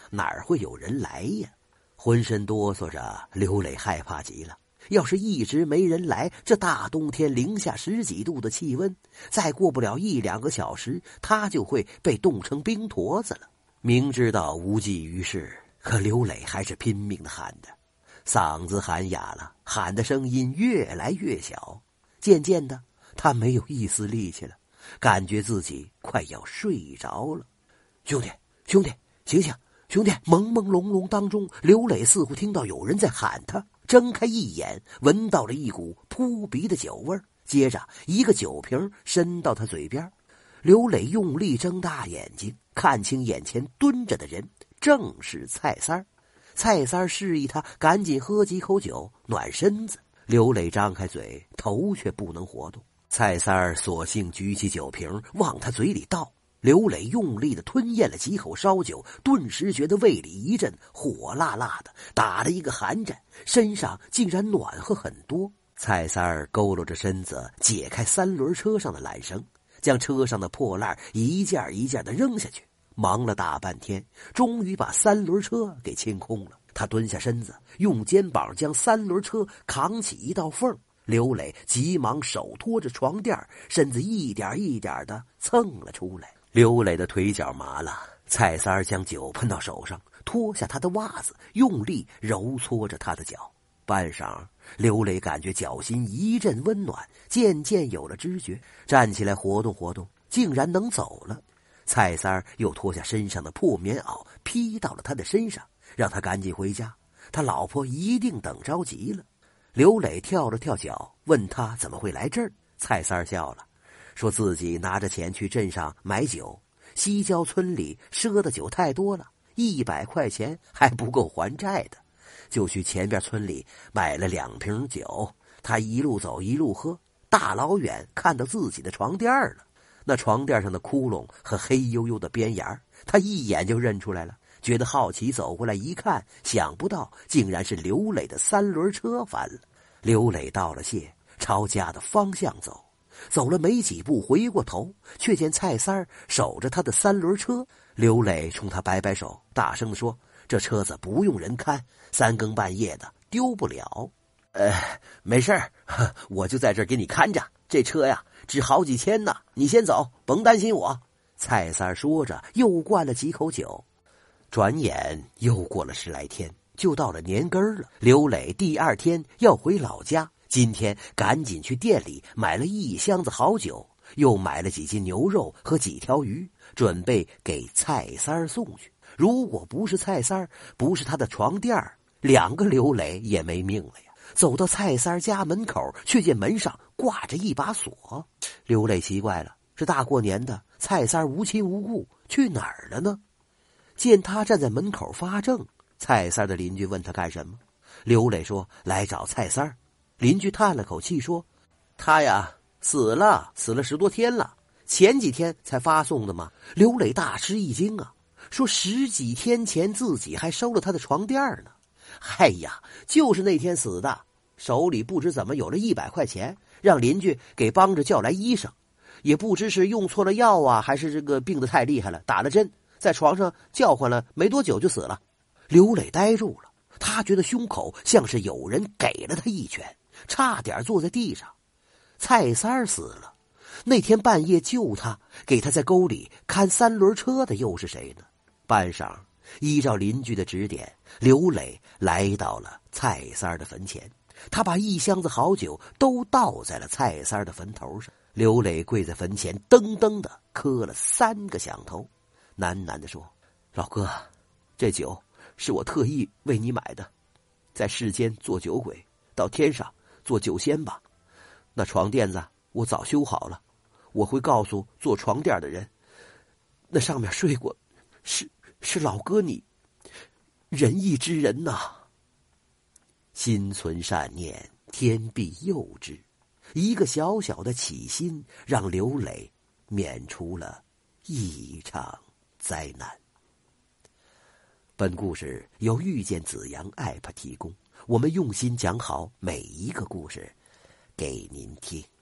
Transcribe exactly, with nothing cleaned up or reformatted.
哪儿会有人来呀？浑身哆嗦着，刘磊害怕极了。要是一直没人来，这大冬天零下十几度的气温，再过不了一两个小时，他就会被冻成冰坨子了。明知道无济于事，可刘磊还是拼命的喊着，嗓子喊哑了，喊的声音越来越小。渐渐的，他没有一丝力气了，感觉自己快要睡着了。兄弟，兄弟，醒醒！兄弟！朦朦胧胧当中，刘磊似乎听到有人在喊他，睁开一眼，闻到了一股扑鼻的酒味儿，接着一个酒瓶伸到他嘴边。刘磊用力睁大眼睛，看清眼前蹲着的人正是蔡三儿。蔡三儿示意他赶紧喝几口酒暖身子。刘磊张开嘴，头却不能活动。蔡三儿索性举起酒瓶往他嘴里倒。刘磊用力地吞咽了几口烧酒，顿时觉得胃里一阵火辣辣的，打了一个寒颤，身上竟然暖和很多。蔡三儿佝偻着身子，解开三轮车上的缆绳，将车上的破烂一件一件地扔下去。忙了大半天，终于把三轮车给清空了。他蹲下身子，用肩膀将三轮车扛起一道缝。刘磊急忙手托着床垫，身子一点一点地蹭了出来。刘磊的腿脚麻了，蔡三儿将酒喷到手上，脱下他的袜子，用力揉搓着他的脚。半晌，刘磊感觉脚心一阵温暖，渐渐有了知觉，站起来活动活动，竟然能走了。蔡三儿又脱下身上的破棉袄，披到了他的身上，让他赶紧回家，他老婆一定等着急了。刘磊跳了跳脚，问他怎么会来这儿。蔡三儿笑了，说自己拿着钱去镇上买酒，西郊村里赊的酒太多了，一百块钱还不够还债的，就去前边村里买了两瓶酒。他一路走一路喝，大老远看到自己的床垫了，那床垫上的窟窿和黑黝黝的边沿，他一眼就认出来了，觉得好奇，走过来一看，想不到竟然是刘磊的三轮车翻了。刘磊道了谢，朝家的方向走。走了没几步，回过头，却见蔡三儿守着他的三轮车。刘磊冲他摆摆手，大声地说：“这车子不用人看，三更半夜的丢不了。”呃，没事儿，我就在这儿给你看着。这车呀，值好几千呢，你先走，甭担心我。蔡三儿说着，又灌了几口酒。转眼又过了十来天，就到了年根儿了。刘磊第二天要回老家。今天赶紧去店里买了一箱子好酒，又买了几斤牛肉和几条鱼，准备给蔡三儿送去。如果不是蔡三儿，不是他的床垫儿，两个刘磊也没命了呀。走到蔡三儿家门口，却见门上挂着一把锁。刘磊奇怪了，这大过年的，蔡三儿无亲无故，去哪儿了呢？见他站在门口发怔，蔡三儿的邻居问他干什么。刘磊说来找蔡三儿。邻居叹了口气说：“他呀，死了，死了十多天了，前几天才发送的嘛。”刘磊大吃一惊啊，说十几天前自己还收了他的床垫呢。哎呀，就是那天死的，手里不知怎么有了一百块钱，让邻居给帮着叫来医生，也不知是用错了药啊，还是这个病得太厉害了，打了针，在床上叫唤了没多久就死了。刘磊呆住了，他觉得胸口像是有人给了他一拳，差点坐在地上。蔡三儿死了，那天半夜救他，给他在沟里看三轮车的又是谁呢？半晌，依照邻居的指点，刘磊来到了蔡三儿的坟前。他把一箱子好酒都倒在了蔡三儿的坟头上。刘磊跪在坟前，噔噔的磕了三个响头，喃喃地说：“老哥，这酒是我特意为你买的，在世间做酒鬼，到天上做酒仙吧。那床垫子我早修好了，我会告诉做床垫的人，那上面睡过，是是老哥你，仁义之人呐。”心存善念，天必佑之。一个小小的起心，让刘磊免除了一场灾难。本故事由遇见子阳 A P P 提供，我们用心讲好每一个故事给您听。